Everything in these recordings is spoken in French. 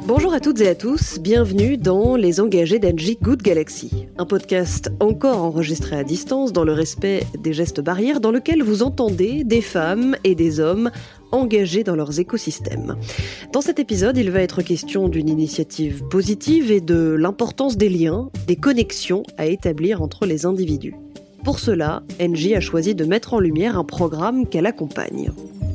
Bonjour à toutes et à tous, bienvenue dans Les Engagés d'Engie Good Galaxy, un podcast encore enregistré à distance dans le respect des gestes barrières dans lequel vous entendez des femmes et des hommes engagés dans leurs écosystèmes. Dans cet épisode, il va être question d'une initiative positive et de l'importance des liens, des connexions à établir entre les individus. Pour cela, Engie a choisi de mettre en lumière un programme qu'elle accompagne.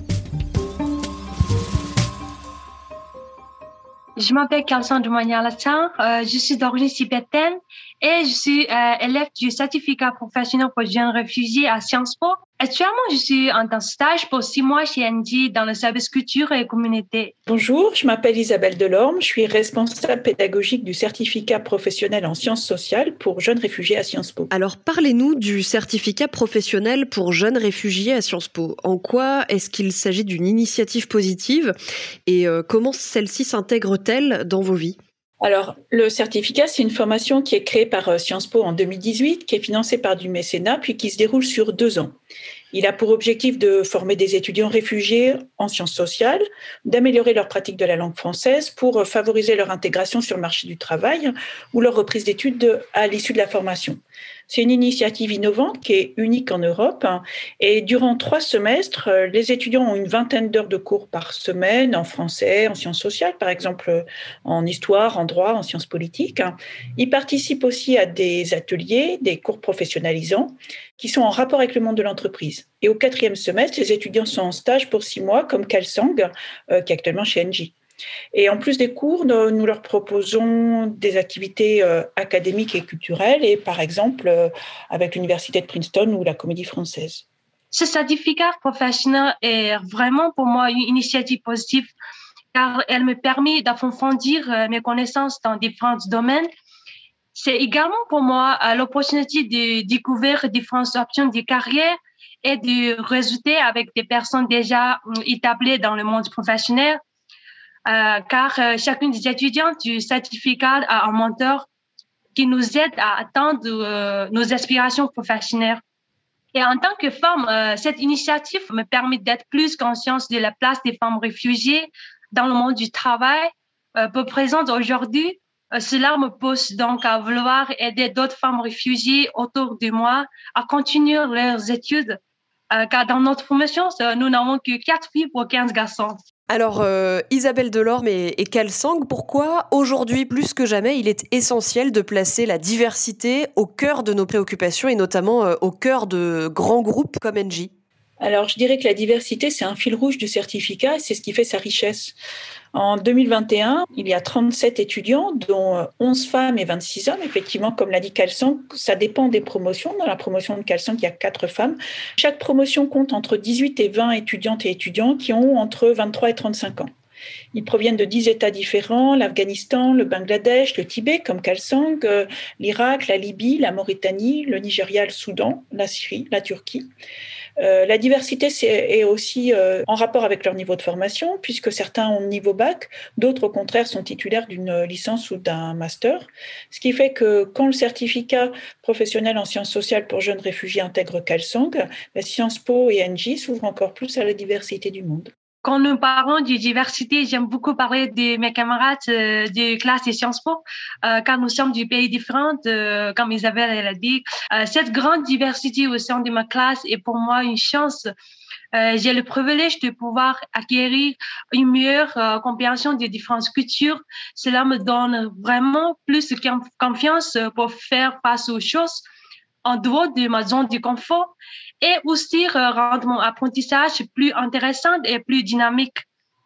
Je m'appelle Cassandre Moignan-Lassin, je suis d'origine tibétaine et je suis élève du certificat professionnel pour jeunes réfugiés à Sciences Po. Actuellement, je suis en stage pour 6 mois chez Engie dans le service culture et communauté. Bonjour, je m'appelle Isabelle Delorme, je suis responsable pédagogique du certificat professionnel en sciences sociales pour jeunes réfugiés à Sciences Po. Alors parlez-nous du certificat professionnel pour jeunes réfugiés à Sciences Po. En quoi est-ce qu'il s'agit d'une initiative positive et comment celle-ci s'intègre-t-elle dans vos vies ? Alors, le certificat, c'est une formation qui est créée par Sciences Po en 2018, qui est financée par du mécénat, puis qui se déroule sur 2 ans. Il a pour objectif de former des étudiants réfugiés en sciences sociales, d'améliorer leur pratique de la langue française pour favoriser leur intégration sur le marché du travail ou leur reprise d'études à l'issue de la formation. C'est une initiative innovante qui est unique en Europe et durant 3 semestres, les étudiants ont une 20aine d'heures de cours par semaine en français, en sciences sociales, par exemple en histoire, en droit, en sciences politiques. Ils participent aussi à des ateliers, des cours professionnalisants qui sont en rapport avec le monde de l'entreprise. Et au 4e semestre, les étudiants sont en stage pour 6 mois, comme Kalsang, qui est actuellement chez Engie. Et en plus des cours, nous leur proposons des activités académiques et culturelles, et par exemple avec l'Université de Princeton ou la Comédie Française. Ce certificat professionnel est vraiment pour moi une initiative positive car elle me permet d'approfondir mes connaissances dans différents domaines. C'est également pour moi l'opportunité de découvrir différentes options de carrière et de résulter avec des personnes déjà établies dans le monde professionnel. Car chacune des étudiants du certificat a un mentor qui nous aide à atteindre nos aspirations professionnelles. Et en tant que femme, cette initiative me permet d'être plus consciente de la place des femmes réfugiées dans le monde du travail. Peu présente aujourd'hui, cela me pousse donc à vouloir aider d'autres femmes réfugiées autour de moi à continuer leurs études. Car dans notre promotion, nous n'avons que 4 filles pour 15 garçons. Alors, Isabelle Delorme et Kalsang, pourquoi aujourd'hui, plus que jamais, il est essentiel de placer la diversité au cœur de nos préoccupations et notamment au cœur de grands groupes comme Engie ? Alors, je dirais que la diversité, c'est un fil rouge du certificat, c'est ce qui fait sa richesse. En 2021, il y a 37 étudiants, dont 11 femmes et 26 hommes. Effectivement, comme l'a dit Kalsang, ça dépend des promotions. Dans la promotion de Kalsang, il y a 4 femmes. Chaque promotion compte entre 18 et 20 étudiantes et étudiants qui ont entre 23 et 35 ans. Ils proviennent de 10 États différents, l'Afghanistan, le Bangladesh, le Tibet, comme Kalsang, l'Irak, la Libye, la Mauritanie, le Nigeria, le Soudan, la Syrie, la Turquie. La diversité est aussi en rapport avec leur niveau de formation, puisque certains ont niveau bac, d'autres au contraire sont titulaires d'une licence ou d'un master. Ce qui fait que quand le certificat professionnel en sciences sociales pour jeunes réfugiés intègre Kalsang, Sciences Po et Engie s'ouvrent encore plus à la diversité du monde. Quand nous parlons de diversité, j'aime beaucoup parler de mes camarades de classe de Sciences Po, car nous sommes du pays différents, comme Isabelle elle a dit. Cette grande diversité au sein de ma classe est pour moi une chance. J'ai le privilège de pouvoir acquérir une meilleure compréhension des différentes cultures. Cela me donne vraiment plus de confiance pour faire face aux choses en dehors de ma zone de confort et aussi rendre mon apprentissage plus intéressant et plus dynamique.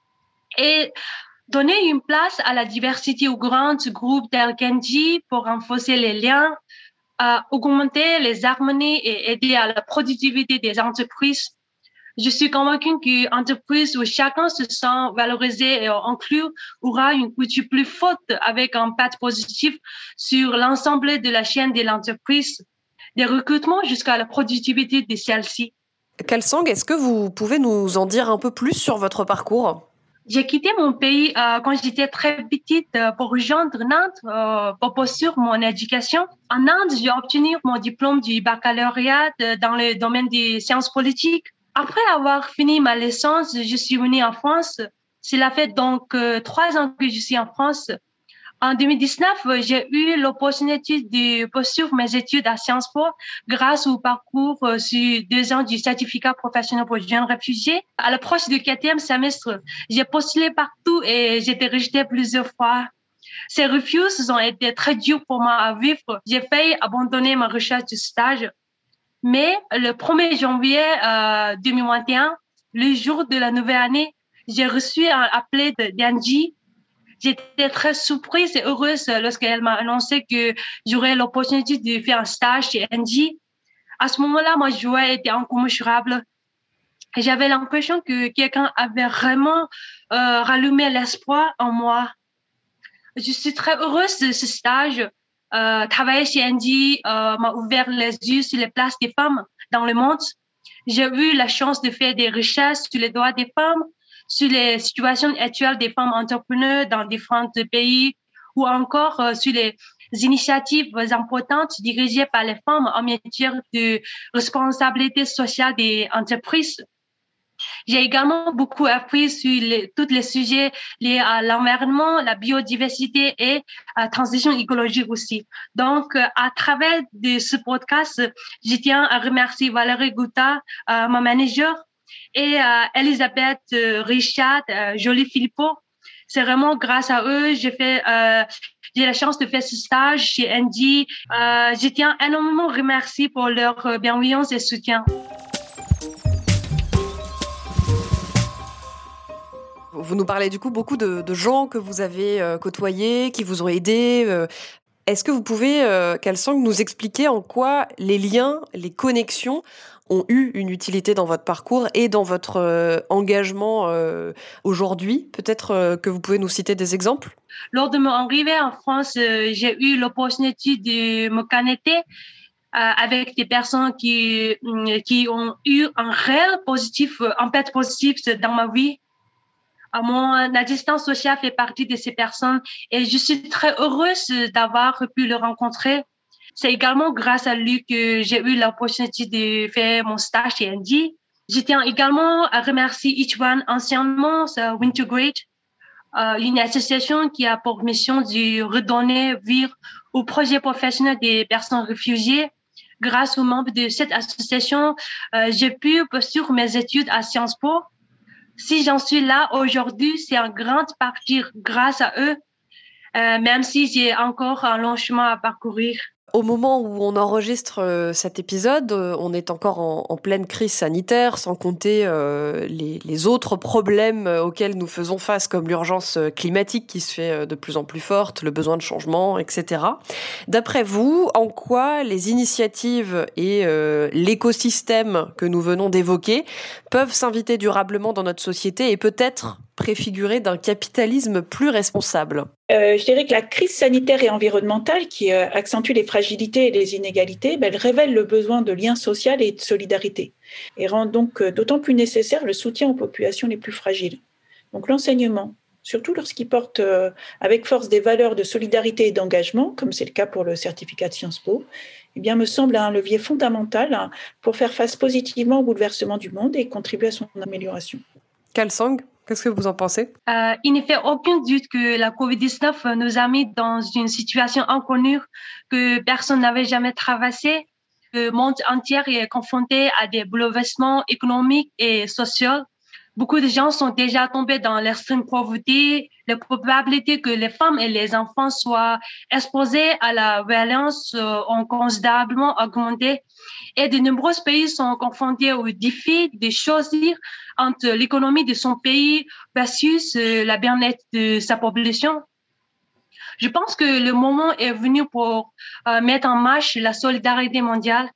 Et donner une place à la diversité aux grands groupes tels qu'Engie pour renforcer les liens, augmenter les harmonies et aider à la productivité des entreprises. Je suis convaincue qu'une entreprise où chacun se sent valorisé et inclus aura une culture plus forte avec un impact positif sur l'ensemble de la chaîne de l'entreprise, des recrutements jusqu'à la productivité de celle-ci. Kalsang, est-ce que vous pouvez nous en dire un peu plus sur votre parcours ? J'ai quitté mon pays quand j'étais très petite pour rejoindre Nantes pour poursuivre mon éducation. En Inde, j'ai obtenu mon diplôme du baccalauréat dans le domaine des sciences politiques. Après avoir fini ma licence, je suis venue en France. Cela fait donc 3 ans que je suis en France. En 2019, j'ai eu l'opportunité de poursuivre mes études à Sciences Po grâce au parcours sur 2 ans du certificat professionnel pour jeunes réfugiés. À l'approche du 4e semestre, j'ai postulé partout et j'ai été rejetée plusieurs fois. Ces refus ont été très durs pour moi à vivre. J'ai failli abandonner ma recherche de stage. Mais le 1er janvier 2021, le jour de la nouvelle année, j'ai reçu un appel d'Angie. J'étais très surprise et heureuse lorsqu'elle m'a annoncé que j'aurais l'opportunité de faire un stage chez Angie. À ce moment-là, ma joie était incommensurable. J'avais l'impression que quelqu'un avait vraiment rallumé l'espoir en moi. Je suis très heureuse de ce stage. Travailler chez Angie m'a ouvert les yeux sur les places des femmes dans le monde. J'ai eu la chance de faire des recherches sur les droits des femmes, sur les situations actuelles des femmes entrepreneurs dans différents pays ou encore sur les initiatives importantes dirigées par les femmes en matière de responsabilité sociale des entreprises. J'ai également beaucoup appris sur tous les sujets liés à l'environnement, la biodiversité et la transition écologique aussi. Donc, à travers de ce podcast, je tiens à remercier Valérie Gouta, ma manager, et Elisabeth Richard, Joly-Philippot. C'est vraiment grâce à eux, j'ai la chance de faire ce stage chez Angie. Je tiens énormément à remercier pour leur bienveillance et soutien. Vous nous parlez du coup beaucoup de gens que vous avez côtoyés, qui vous ont aidés. Est-ce que vous pouvez, Khalsang, nous expliquer en quoi les liens, les connexions ont eu une utilité dans votre parcours et dans votre engagement aujourd'hui? Peut-être que vous pouvez nous citer des exemples? Lors de mon arrivée en France, j'ai eu l'opportunité de me connecter avec des personnes qui ont eu un réel impact positif dans ma vie. Mon assistante sociale fait partie de ces personnes et je suis très heureuse d'avoir pu le rencontrer. C'est également grâce à lui que j'ai eu l'opportunité de faire mon stage chez Angie. Je tiens également à remercier Each One, anciennement Wintergrade, une association qui a pour mission de redonner vie au projet professionnel des personnes réfugiées. Grâce aux membres de cette association, j'ai pu poursuivre mes études à Sciences Po. Si j'en suis là aujourd'hui, c'est en grande partie grâce à eux, même si j'ai encore un long chemin à parcourir. Au moment où on enregistre cet épisode, on est encore en pleine crise sanitaire, sans compter les autres problèmes auxquels nous faisons face, comme l'urgence climatique qui se fait de plus en plus forte, le besoin de changement, etc. D'après vous, en quoi les initiatives et l'écosystème que nous venons d'évoquer peuvent s'inviter durablement dans notre société et peut-être préfigurer d'un capitalisme plus responsable? Je dirais que la crise sanitaire et environnementale qui accentue les fragilités et les inégalités, elle révèle le besoin de lien social et de solidarité et rend donc d'autant plus nécessaire le soutien aux populations les plus fragiles. Donc l'enseignement, surtout lorsqu'il porte avec force des valeurs de solidarité et d'engagement, comme c'est le cas pour le certificat de Sciences Po, me semble un levier fondamental pour faire face positivement au bouleversement du monde et contribuer à son amélioration. Khalsang, qu'est-ce que vous en pensez? Il ne fait aucun doute que la COVID-19 nous a mis dans une situation inconnue que personne n'avait jamais traversée. Le monde entier est confronté à des bouleversements économiques et sociaux. Beaucoup de gens sont déjà tombés dans l'extrême pauvreté. La probabilité que les femmes et les enfants soient exposés à la violence ont considérablement augmenté. Et de nombreux pays sont confrontés au défi de choisir entre l'économie de son pays versus la bien-être de sa population. Je pense que le moment est venu pour mettre en marche la solidarité mondiale,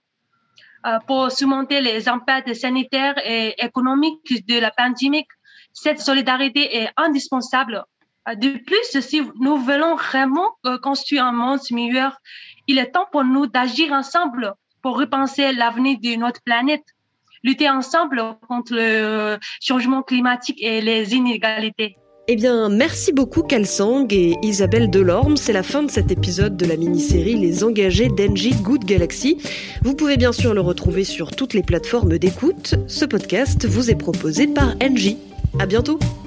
pour surmonter les impacts sanitaires et économiques de la pandémie. Cette solidarité est indispensable. De plus, si nous voulons vraiment construire un monde meilleur, il est temps pour nous d'agir ensemble pour repenser l'avenir de notre planète, lutter ensemble contre le changement climatique et les inégalités. Eh bien, merci beaucoup Khalsang et Isabelle Delorme. C'est la fin de cet épisode de la mini-série Les engagés d'Engie Good Galaxy. Vous pouvez bien sûr le retrouver sur toutes les plateformes d'écoute. Ce podcast vous est proposé par Engie. À bientôt.